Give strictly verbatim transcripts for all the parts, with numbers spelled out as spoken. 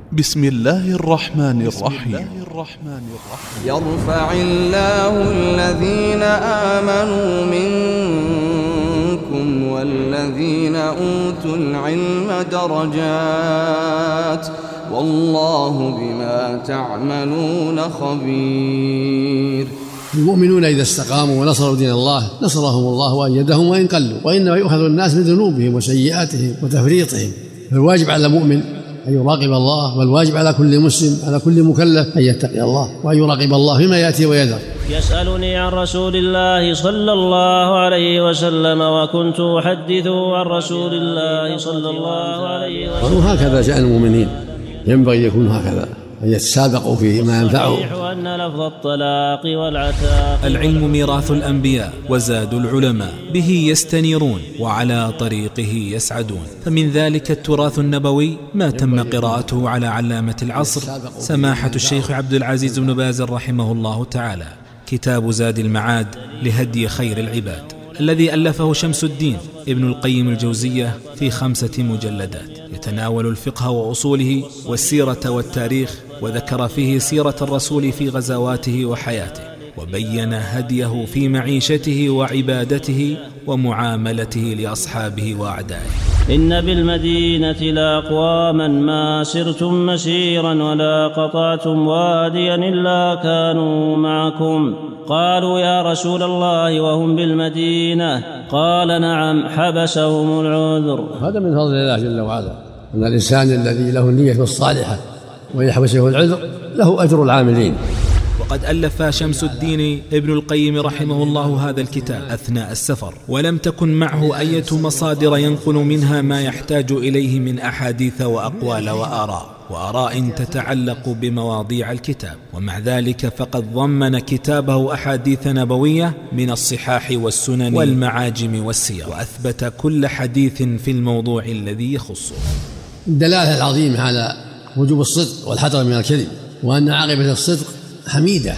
بسم الله الرحمن الرحيم. يرفع الله الذين آمنوا منكم والذين أوتوا العلم درجات والله بما تعملون خبير. المؤمنون إذا استقاموا ونصروا دين الله نصرهم الله وأيدهم وإن قلوا، وإنما يؤخذ الناس من ذنوبهم وسيئاتهم وتفريطهم. فالواجب على المؤمن أن يراقب الله، والواجب على كل مسلم على كل مكلف أن يتقي الله وأن يراقب الله فيما يأتي ويذر. يسألني عن رسول الله صلى الله عليه وسلم وكنت أحدثه عن رسول الله صلى الله عليه وسلم. وهكذا شأن المؤمنين ينبغي يكون هكذا، أن يتسابقوا فيما ينفعهم. أن لفظ الطلاق والعتاق العلم ميراث الأنبياء وزاد العلماء، به يستنيرون وعلى طريقه يسعدون. فمن ذلك التراث النبوي ما تم قراءته على علامة العصر سماحة الشيخ عبد العزيز بن باز رحمه الله تعالى، كتاب زاد المعاد لهدي خير العباد، الذي ألفه شمس الدين ابن القيم الجوزية في خمسة مجلدات، يتناول الفقه وأصوله والسيرة والتاريخ، وذكر فيه سيرة الرسول في غزواته وحياته، وبين هديه في معيشته وعبادته ومعاملته لأصحابه وأعدائه. إن بالمدينة لأقواما ما سرتم مسيرا ولا قطعتم واديا إلا كانوا معكم. قالوا يا رسول الله وهم بالمدينة؟ قال نعم حبسهم العذر. هذا من فضل الله جل وعلا، أن الإنسان الذي له النية الصالحة ويحبسه العذر له أجر العاملين. وقد ألف شمس الدين ابن القيم رحمه الله هذا الكتاب أثناء السفر، ولم تكن معه أية مصادر ينقل منها ما يحتاج إليه من أحاديث وأقوال وآراء وآراء تتعلق بمواضيع الكتاب. ومع ذلك فقد ضمن كتابه أحاديث نبوية من الصحاح والسنن والمعاجم والسير، وأثبت كل حديث في الموضوع الذي يخصه. الدلالة العظيمة على وجوب الصدق والحذر من الكذب، وأن عاقبة الصدق حميدة.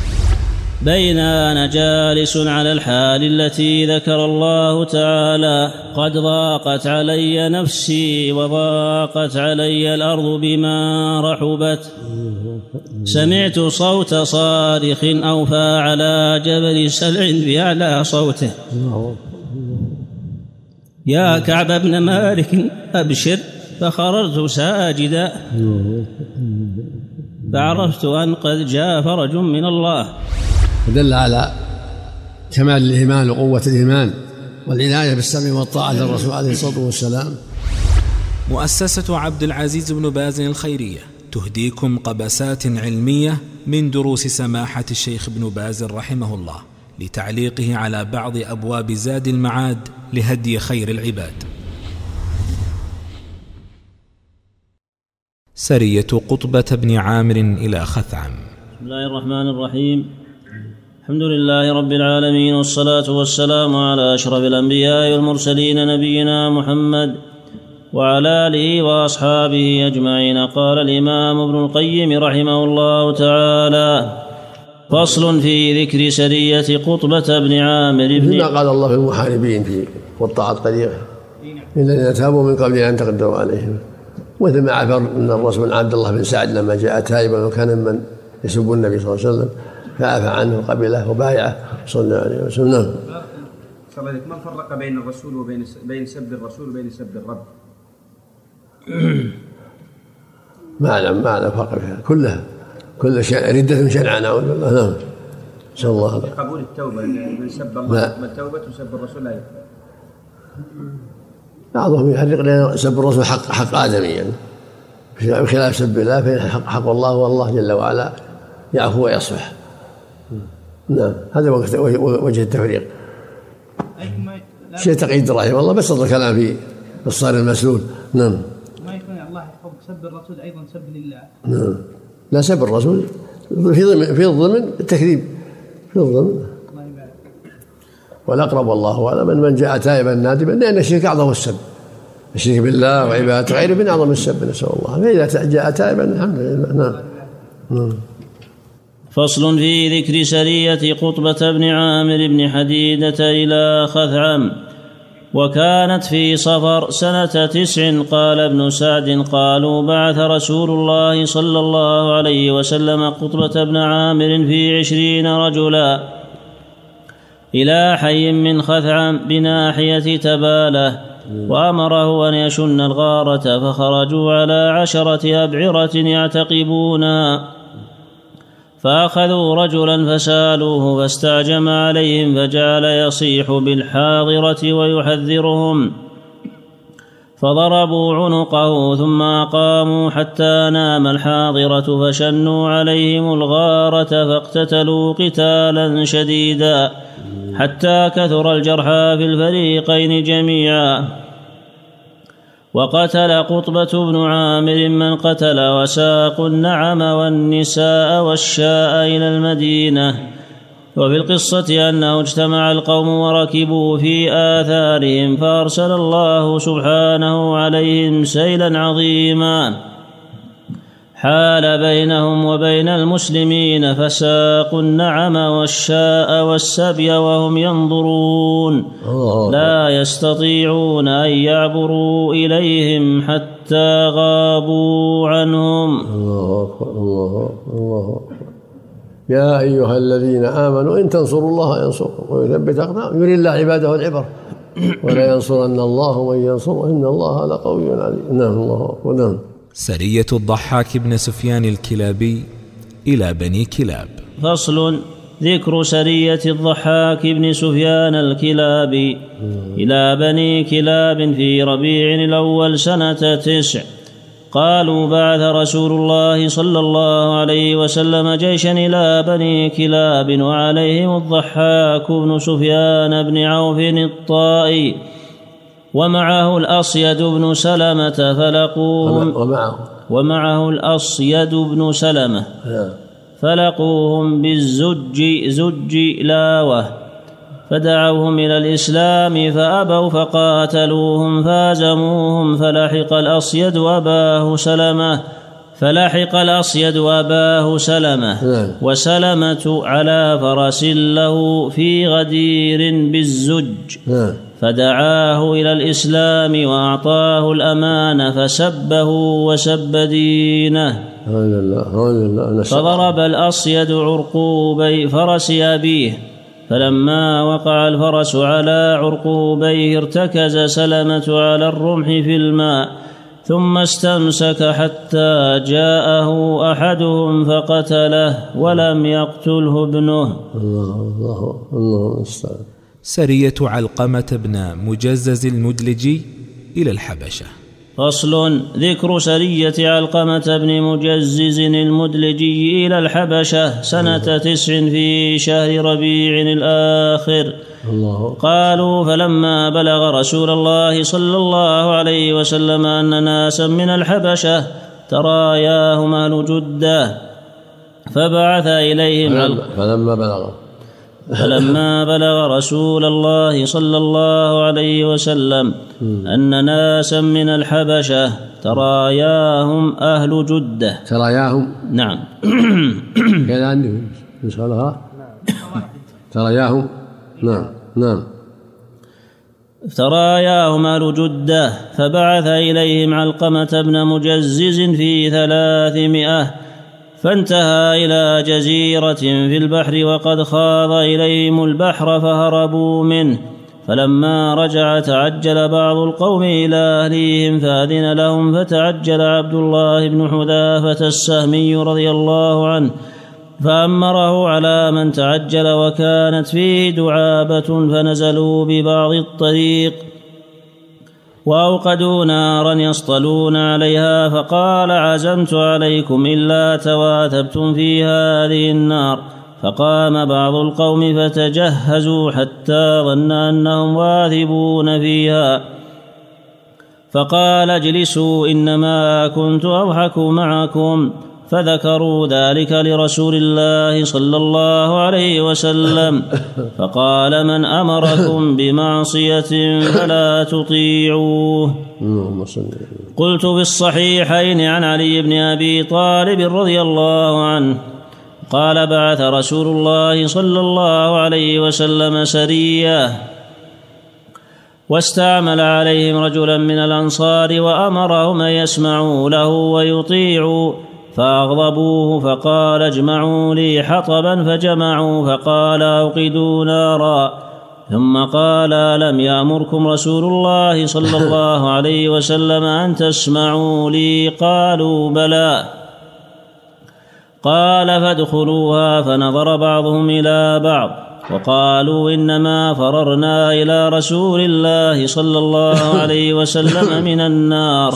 بين أنا جالس على الحال التي ذكر الله تعالى قد ضاقت علي نفسي وضاقت علي الأرض بما رحبت، سمعت صوت صارخ أوفى على جبل سلع بأعلى صوته، يا كعب بن مالك أبشر، فخررت ساجدا فعرفت أن قد جاء فرج من الله. دل على كمال الإيمان وقوة الإيمان والعناية بالسمع والطاعة للرسول عليه الصلاة والسلام. مؤسسة عبد العزيز بن باز الخيرية تهديكم قبسات علمية من دروس سماحة الشيخ ابن باز رحمه الله لتعليقه على بعض أبواب زاد المعاد لهدي خير العباد. سرية قطبة بن عامر إلى خثعم. بسم الله الرحمن الرحيم. الحمد لله رب العالمين، والصلاة والسلام على أشرف الأنبياء والمرسلين نبينا محمد وعلى آله وأصحابه أجمعين. قال الإمام ابن القيم رحمه الله تعالى: فصل في ذكر سرية قطبة بن عامر بن ما قال الله في المحاربين في قطاع الطريق إن الذين تابوا من قبل أن تقدروا عليهم، مثل ما عبر من الرسول عبد الله بن سعد لما جاء تائبا وكان من يسب النبي صلى الله عليه وسلم فعفى عنه وقبله وبايعه صلى الله عليه وسلم. صلى الله عليه وسلم. ما الفرق بين الرسول وبين بين سب الرسول وبين سب الرب؟ ما أعلم ما أعلم فرق فيها، كلها كل شيء ردة شرعا. نعوذ بالله. نعم. صلى الله عليه وسلم. قبول التوبة من سب الله قبل التوبة وسب الرسول لا يقبل. بعضهم يحرق لأن سب الرسول حق حق آدمي، يعني بخلاف سب الله فإن حق, حق الله، والله جل وعلا يعفو ويصفح. نعم، هذا وجه التفريق. شيء تقييد رحمه الله، بس الكلام في الصار المسلول. نعم. ما يكون الله يحب سب الرسول أيضا سب لله. نعم، لا سب الرسول في ضمن في الضمن التكذيب في الضمن. والأقرب والله أعلم من من جاء تائبا نادما، لأن الشرك أعظم السب، الشرك بالله وعبادة غيره من أعظم السب، نسأل الله. فإذا جاء تائبا الحمد لله. نعم. نعم. فصل في ذكر سرية قطبة بن عامر بن حديدة إلى خثعم. وكانت في صفر سنة تسع. قال ابن سعد: قالوا بعث رسول الله صلى الله عليه وسلم قطبة بن عامر في عشرين رجلا إلى حي من خثعم بناحية تبالة، وأمره أن يشن الغارة، فخرجوا على عشرة أبعرة يعتقبونها، فأخذوا رجلا فسالوه فاستعجم عليهم، فجعل يصيح بالحاضرة ويحذرهم، فضربوا عنقه ثم أقاموا حتى نام الحاضرة، فشنوا عليهم الغارة فاقتتلوا قتالا شديدا حتى كثر الجرحى في الفريقين جميعا. وقتل قطبة بن عامر من قتل، وساقوا النعم والنساء والشاء إلى المدينة. وفي القصة أنه اجتمع القوم وركبوا في آثارهم، فأرسل الله سبحانه عليهم سيلا عظيما حال بينهم وبين المسلمين، فساقوا النعم والشاء والسبي وهم ينظرون، لا يستطيعون أن يعبروا إليهم حتى غابوا عنهم. الله أكبر الله الله أكبر. يا أيها الذين آمنوا إن تنصروا الله ينصركم ويثبت أقدامكم، يري الله عباده العبر، ولا ينصرن الله من ينصره إن الله لقوي عزيز. نعم الله أكبر. نعم. سرية الضحاك بن سفيان الكلابي إلى بني كلاب. فصل: ذكر سرية الضحاك بن سفيان الكلابي إلى بني كلاب في ربيع الأول سنة تسع. قالوا بعث رسول الله صلى الله عليه وسلم جيشا إلى بني كلاب، وعليهم الضحاك بن سفيان بن عوف الطائي، ومعه الأصيد بن سلمة، فلقوهم ومعه, ومعه الأصيد بن سلمة فلقوهم بالزج زج لاوة، فدعوهم إلى الإسلام فأبوا، فقاتلوهم فازموهم، فلحق الأصيد وأباه سلمة فلحق الأصيد وأباه سلمة وسلمة على فرس له في غدير بالزج، فدعاه إلى الإسلام وأعطاه الأمان، فسبه وسب دينه، فضرب الأصيد عرقوبي فرس أبيه، فلما وقع الفرس على عرقوبيه ارتكز سلمة على الرمح في الماء، ثم استمسك حتى جاءه أحدهم فقتله، ولم يقتله ابنه. الله الله الله. سرية علقمة بن مجزز المدلجي إلى الحبشة. فصل: ذكر سرية علقمة بن مجزز المدلجي إلى الحبشة سنة تسع في شهر ربيع الآخر. الله. قالوا: فلما بلغ رسول الله صلى الله عليه وسلم أن ناسا من الحبشة تراياهم أهل جدة، فبعث إليهم فلما بلغ فلما بلغ رسول الله صلى الله عليه وسلم أن ناسا من الحبشة تراياهم أهل جدة. تراياهم نعم. كذا عندهم نسألها. تراياهم نعم نعم. تراياهم أهل جدة، فبعث إليهم علقمة بن مجزز في ثلاثمائة، فانتهى إلى جزيرة في البحر، وقد خاض إليهم البحر فهربوا منه، فلما رجع تعجل بعض القوم إلى أهليهم فأذن لهم، فتعجل عبد الله بن حذافة السهمي رضي الله عنه فأمره على من تعجل، وكانت فيه دعابة، فنزلوا ببعض الطريق وأوقدوا نارا يصطلون عليها، فقال: عزمت عليكم إلا تواثبتم في هذه النار. فقام بعض القوم فتجهزوا حتى ظن أنهم واثبون فيها، فقال: اجلسوا إنما كنت أضحك معكم. فذكروا ذلك لرسول الله صلى الله عليه وسلم، فقال: من أمركم بمعصية فلا تطيعوه. قلت: في الصحيحين عن علي بن أبي طالب رضي الله عنه قال: بعث رسول الله صلى الله عليه وسلم سرية، واستعمل عليهم رجلا من الأنصار وأمرهم أن يسمعوا له ويطيعوا، فأغضبوه فقال اجمعوا لي حطبا، فجمعوا، فقال أوقدوا نارا، ثم قال ألم يأمركم رسول الله صلى الله عليه وسلم أن تسمعوا لي؟ قالوا بلى. قال فادخلوها، فنظر بعضهم إلى بعض وقالوا إنما فررنا إلى رسول الله صلى الله عليه وسلم من النار،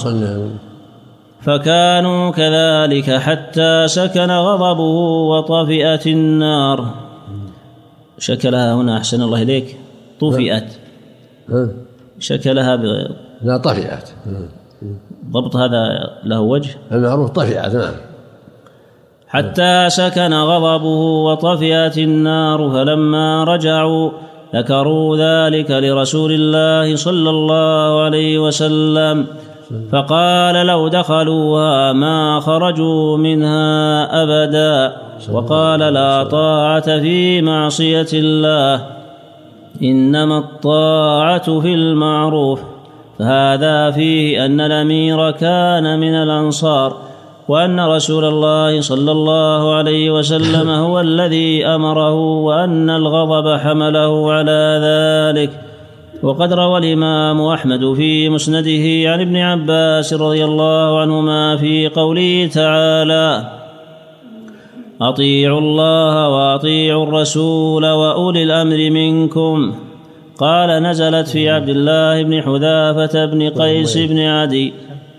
فكانوا كذلك حتى سكن غضبه وطفئت النار. شكلها هنا أحسن الله إليك طفئت، شكلها ب... لا طفئت، ضبط هذا له وجه، المعروف طفئت. نعم. حتى سكن غضبه وطفئت النار، فلما رجعوا ذكروا ذلك لرسول الله صلى الله عليه وسلم، فقال لو دخلوها ما خرجوا منها أبدا. وقال لا طاعة في معصية الله، إنما الطاعة في المعروف. فهذا فيه أن الأمير كان من الأنصار، وأن رسول الله صلى الله عليه وسلم هو الذي أمره، وأن الغضب حمله على ذلك. وقد روى الإمام أحمد في مسنده عن ابن عباس رضي الله عنهما في قوله تعالى أطيعوا الله وأطيعوا الرسول وأولي الأمر منكم، قال نزلت في عبد الله بن حذافة بن قيس بن عدي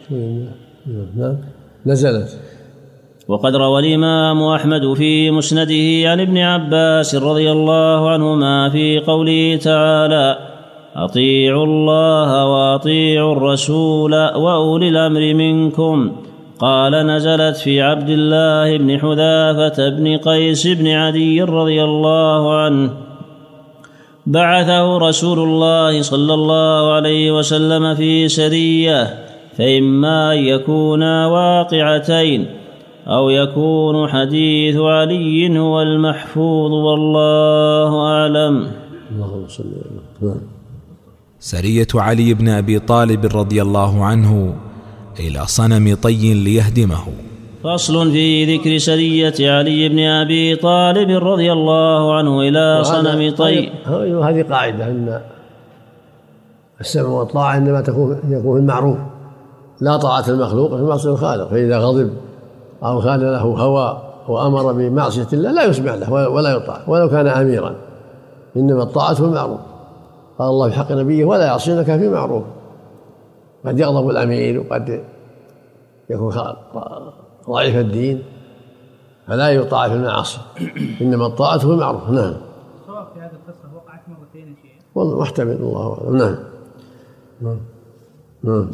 نزلت. وقد روى الإمام أحمد في مسنده عن ابن عباس رضي الله عنهما في قوله تعالى أطيعوا الله وأطيعوا الرسول وأولي الأمر منكم، قال نزلت في عبد الله بن حذافة بن قيس بن عدي رضي الله عنه. بعثه رسول الله صلى الله عليه وسلم في سرية، فإما أن يكونا واقعتين أو يكون حديث علي هو المحفوظ، والله أعلم. اللهم صل على سرية علي بن أبي طالب رضي الله عنه إلى صنم طي ليهدمه. فصل في ذكر سرية علي بن أبي طالب رضي الله عنه إلى صنم طي. هذه قاعدة أن السمع والطاعة إنما تكون يكون المعروف، لا طاعة المخلوق في معصية الخالق، فإذا غضب أو كان له هوى وأمر بمعصية الله لا يسمع له ولا يطاع ولو كان أميرا، إنما الطاعة في المعروف. قال الله في حق نبيه ولا يعصينك في معروف. قد يغضب الأمير وقد يكون ضعيف الدين فلا يطاع في المعاصي، إنما الطاعة في المعروف. نعم. الصواب في هذه القصة وقعت مرتين شيء والله محتمل، الله أعلم. نعم. نعم. نعم.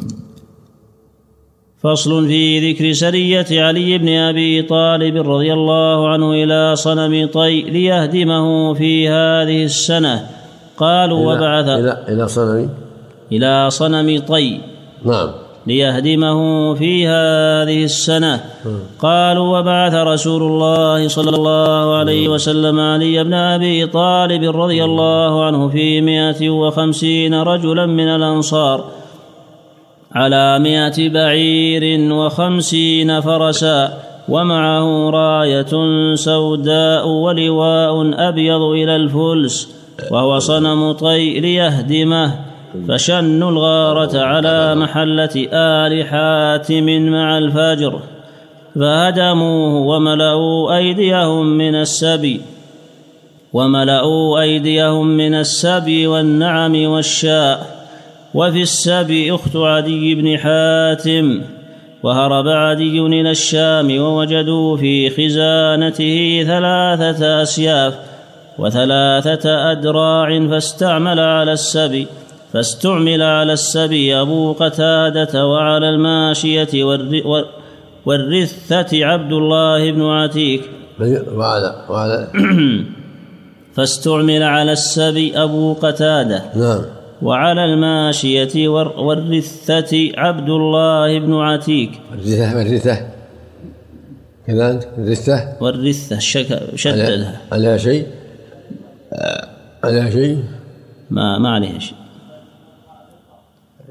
فصل في ذكر سرية علي بن أبي طالب رضي الله عنه إلى صنم طي ليهدمه في هذه السنة. قالوا وبعث إلى إلى صنم إلى صنم طي نعم ليهدمه في هذه السنة. قالوا وبعث رسول الله صلى الله عليه وسلم علي بن أبي طالب رضي الله عنه في مائة وخمسين رجلا من الأنصار على مائة بعير وخمسين فرسا، ومعه راية سوداء ولواء أبيض إلى الفلس، وهو صنم طي ليهدمه. فشنوا الغارة على محلة آل حاتم مع الفجر فهدموه، وملأوا أيديهم من السبي وملأوا أيديهم من السبي والنعم والشاء. وفي السبي أخت عدي بن حاتم. وهرب عدي إلى الشام، ووجدوا في خزانته ثلاثة أسياف وثلاثة أدراع، فاستعمل على السبي فاستعمل على السبي أبو قتادة، وعلى الماشية والرثة عبد الله بن عتيك. وعلى وعلى فاستعمل على السبي أبو قتادة نعم، وعلى الماشية والرثة عبد الله بن عتيك. والرثة والرثة كذلك الرثة والرثة شددها عليها شيء عليها شيء ما ما عليها شيء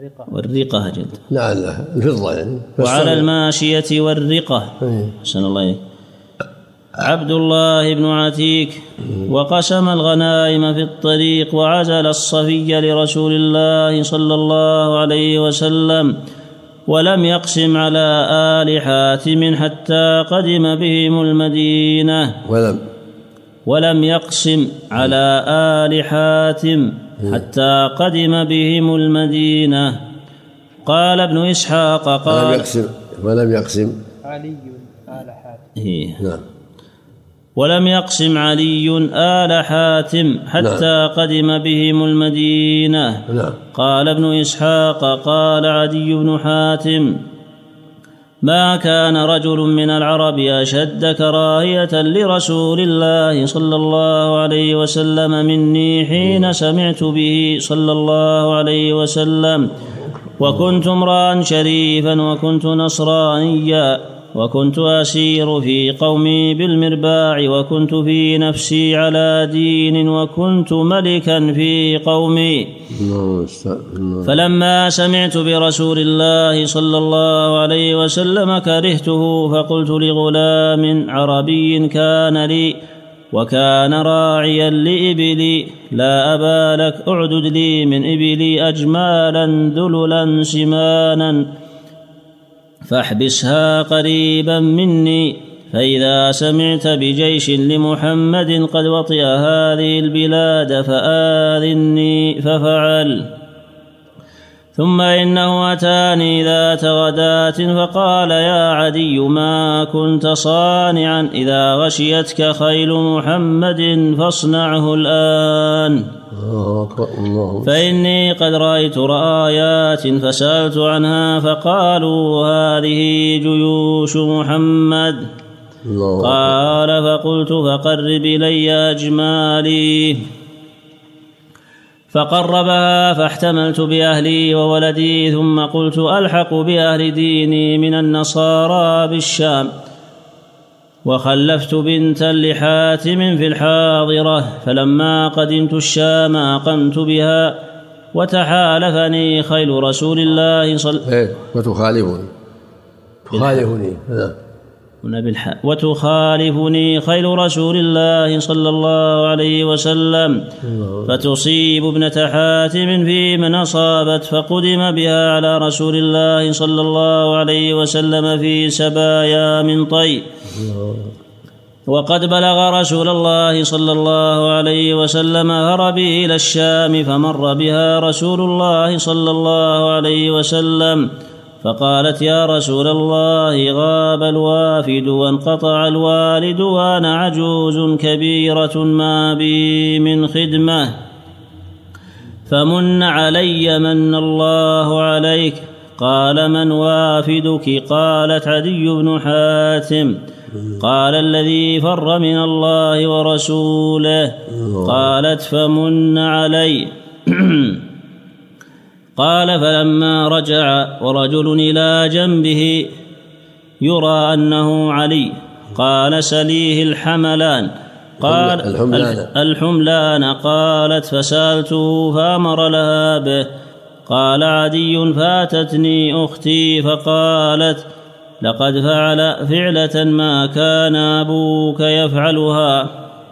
والرقة جد لا لا الفضة يعني. وعلى الماشية والرقة. أحسن الله إليك. عبد الله بن عتيك وقسم الغنائم في الطريق وعزل الصفي لرسول الله صلى الله عليه وسلم ولم يقسم على آل حاتم حتى قدم بهم المدينة. ولم ولم يقسم على آل حاتم حتى قدم بهم المدينة. قال ابن إسحاق قال ولم يقسم ولم يقسم علي آل حاتم. نعم. ولم يقسم علي آل حاتم حتى نعم. قدم بهم المدينة. نعم. قال ابن إسحاق قال عدي بن حاتم ما كان رجل من العرب أشد كراهية لرسول الله صلى الله عليه وسلم مني حين سمعت به صلى الله عليه وسلم، وكنت امرأ شريفا وكنت نصرانيا وكنت أسير في قومي بالمرباع وكنت في نفسي على دين وكنت ملكا في قومي. فلما سمعت برسول الله صلى الله عليه وسلم كرهته فقلت لغلام عربي كان لي وكان راعيا لإبلي لا أبا لك أعدد لي من إبلي أجمالا ذللا سمانا فاحبسها قريبا مني، فإذا سمعت بجيش لمحمد قد وطئ هذه البلاد فآذني. ففعل. ثم إنه أتاني ذات غداة فقال يا عدي ما كنت صانعا إذا غشيتك خيل محمد فاصنعه الآن، فإني قد رأيت رآيات فسألت عنها فقالوا هذه جيوش محمد. قال فقلت فقرب إلي أجمالي، فقربها فاحتملت بأهلي وولدي ثم قلت ألحق بأهل ديني من النصارى بالشام، وخلفت بنتا لحاتم في الحاضرة، فلما قدمت الشام أقمت بها وتحالفني خيل رسول الله صلى الله عليه وسلم وتخالفني تخالفني وتخالفني خيل رسول الله صلى الله عليه وسلم فتصيب ابنة حاتم فيمن أصابت، فقدم بها على رسول الله صلى الله عليه وسلم في سبايا من طي، وقد بلغ رسول الله صلى الله عليه وسلم هربي إلى الشام، فمر بها رسول الله صلى الله عليه وسلم فقالت يا رسول الله غاب الوافد وانقطع الوالد وأنا عجوز كبيرة ما بي من خدمة، فمن علي من الله عليك. قال من وافدك؟ قالت عدي بن حاتم. قال الذي فر من الله ورسوله. قالت فمن علي. قال فلما رجع ورجل إلى جنبه يرى أنه علي قال سليه الحملان. قال الحملان. الحملان. قالت فسألته فأمر لها به. قال عدي فاتتني أختي فقالت لقد فعل فعلة ما كان أبوك يفعلها،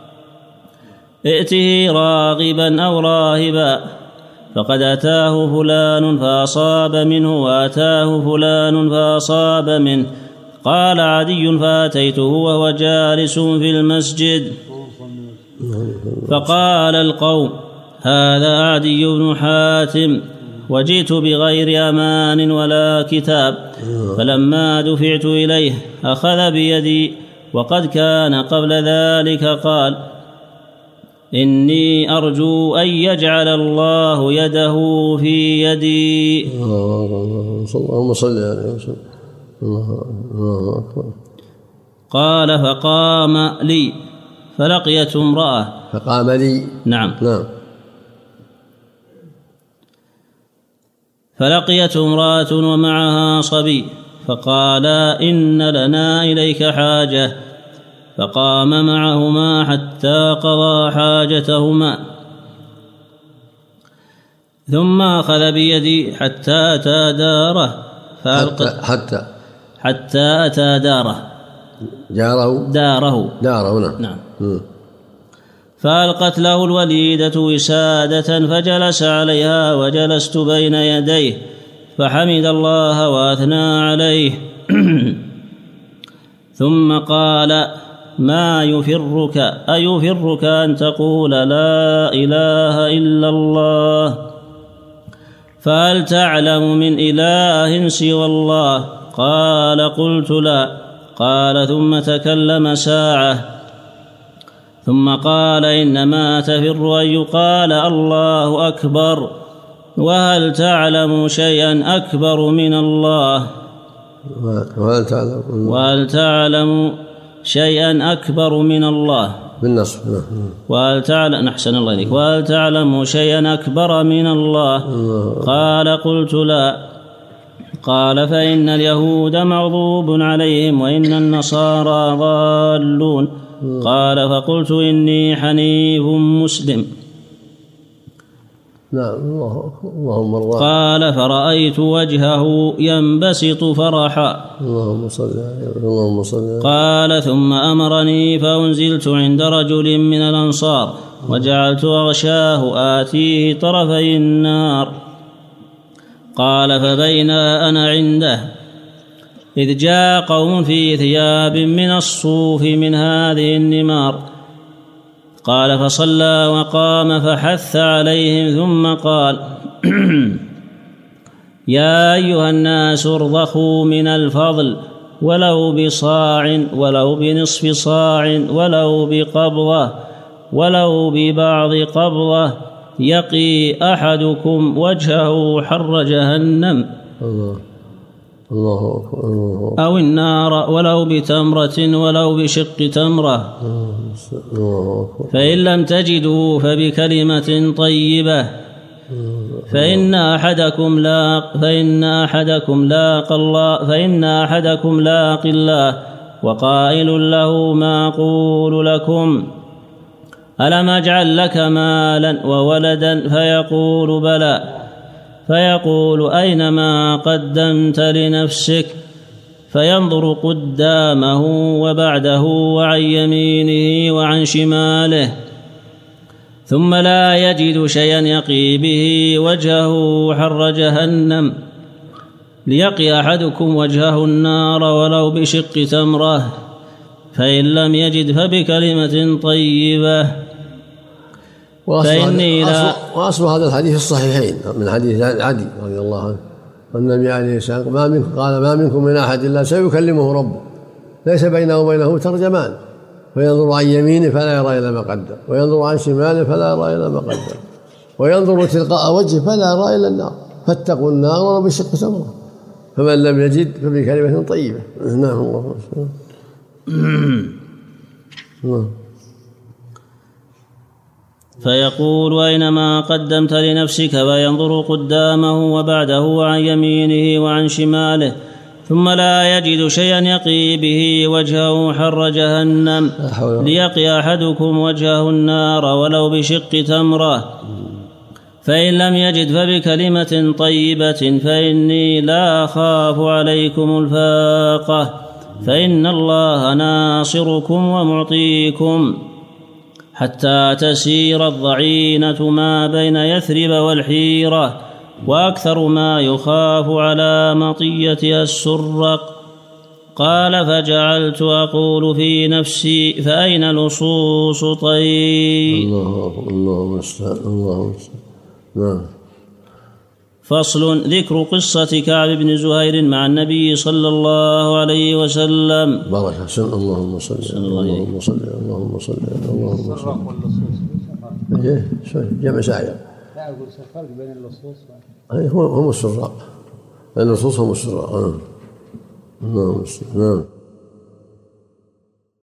ائته راغبا أو راهبا، فقد أتاه فلان فأصاب منه وأتاه فلان فأصاب منه. قال عدي فأتيته وهو جالس في المسجد، فقال القوم هذا عدي بن حاتم، وجئت بغير أمان ولا كتاب، فلما دفعت إليه أخذ بيدي، وقد كان قبل ذلك قال إني أرجو أن يجعل الله يده في يدي. اللهم صل عليه وسلم. الله أكبر. قال فقام لي فلقيت امرأة. فقام لي نعم نعم فلقيت امرأة ومعها صبي، فقالا إن لنا إليك حاجة، فقام معهما حتى قضى حاجتهما. ثم أخذ بيدي حتى أتى داره حتى حتى حتى أتى داره جاره داره داره نعم, نعم. فألقت له الوليدة وسادة فجلس عليها وجلست بين يديه فحمد الله وأثنى عليه ثم قال ما يفرك أيفرك أن تقول لا إله إلا الله فهل تعلم من إله سوى الله؟ قال قلت لا. قال ثم تكلم ساعة ثم قال إنما تفر أن يقال الله أكبر وهل تعلم شيئا أكبر من الله؟ وهل تعلم وهل تعلم شيئا أكبر من الله بالنصب وهل تعلم أحسن الله إليك وهل تعلم شيئا أكبر من الله؟ قال قلت لا. قال فإن اليهود مغضوب عليهم وإن النصارى ضالون. قال فقلت إني حنيف مسلم. نعم اللهم الله. قال فرأيت وجهه ينبسط فرحا. اللهم صل اللهم صل. قال ثم أمرني فأنزلت عند رجل من الأنصار وجعلت أغشاه آتيه طرفي النار. قال فبينا أنا عنده إذ جاء قوم في ثياب من الصوف من هذه النمار. قال فصلى وقام فحث عليهم ثم قال يا أيها الناس ارضخوا من الفضل ولو بصاع ولو بنصف صاع ولو بقبضة ولو ببعض قبضة يقي أحدكم وجهه حر جهنم الله الله أو النار ولو بتمرة ولو بشق تمرة. فإن لم تجدوا فبكلمة طيبة فإن أحدكم لا فإن أحدكم لاق الله فإن أحدكم لاق الله وقائل له ما أقول لكم ألم أجعل لك مالا وولدا فيقول بلى فيقول أين ما قدمت لنفسك فينظر قدامه وبعده وعن يمينه وعن شماله ثم لا يجد شيئا يقي به وجهه حر جهنم ليقي أحدكم وجهه النار ولو بشق تمرة فإن لم يجد فبكلمة طيبة. فإني لا وأصل هذا الحديث الصحيحين من حديث عدي رضي الله عنه والنبي عليه السلام ما منكم قال ما منكم من أحد إلا سيكلمه ربه ليس بينه وبينه ترجمان فينظر عن يمينه فلا يرى إلا ما قدم وينظر عن شماله فلا يرى إلا ما قدم وينظر تلقاء وجهه فلا يرى إلا النار فاتقوا النار ولو بشق تمرة فمن لم يجد فبكلمة طيبة. نعم الله فيقول أينما قدمت لنفسك فينظر قدامه وبعده عن يمينه وعن شماله ثم لا يجد شيئا يقي به وجهه حر جهنم ليقي أحدكم وجهه النار ولو بشق تمرة فإن لم يجد فبكلمة طيبة فإني لا أخاف عليكم الفاقة فإن الله ناصركم ومعطيكم حتى تسير الضعينة ما بين يثرب والحيرة وأكثر ما يخاف على مطيتها السرق. قال فجعلت أقول في نفسي فأين لصوص طيب. الله الله مستعان الله مستعان. فصل. ذكر قصة كعب بن زهير مع النبي صلى الله عليه وسلم. بارك الله. اللهم صل اللهم صل اللهم صل اللهم صل. ايه جمع ساعة. لا أقول فرق بين اللصوص هم هم السراق. اللصوص هم السراق. نعم نعم.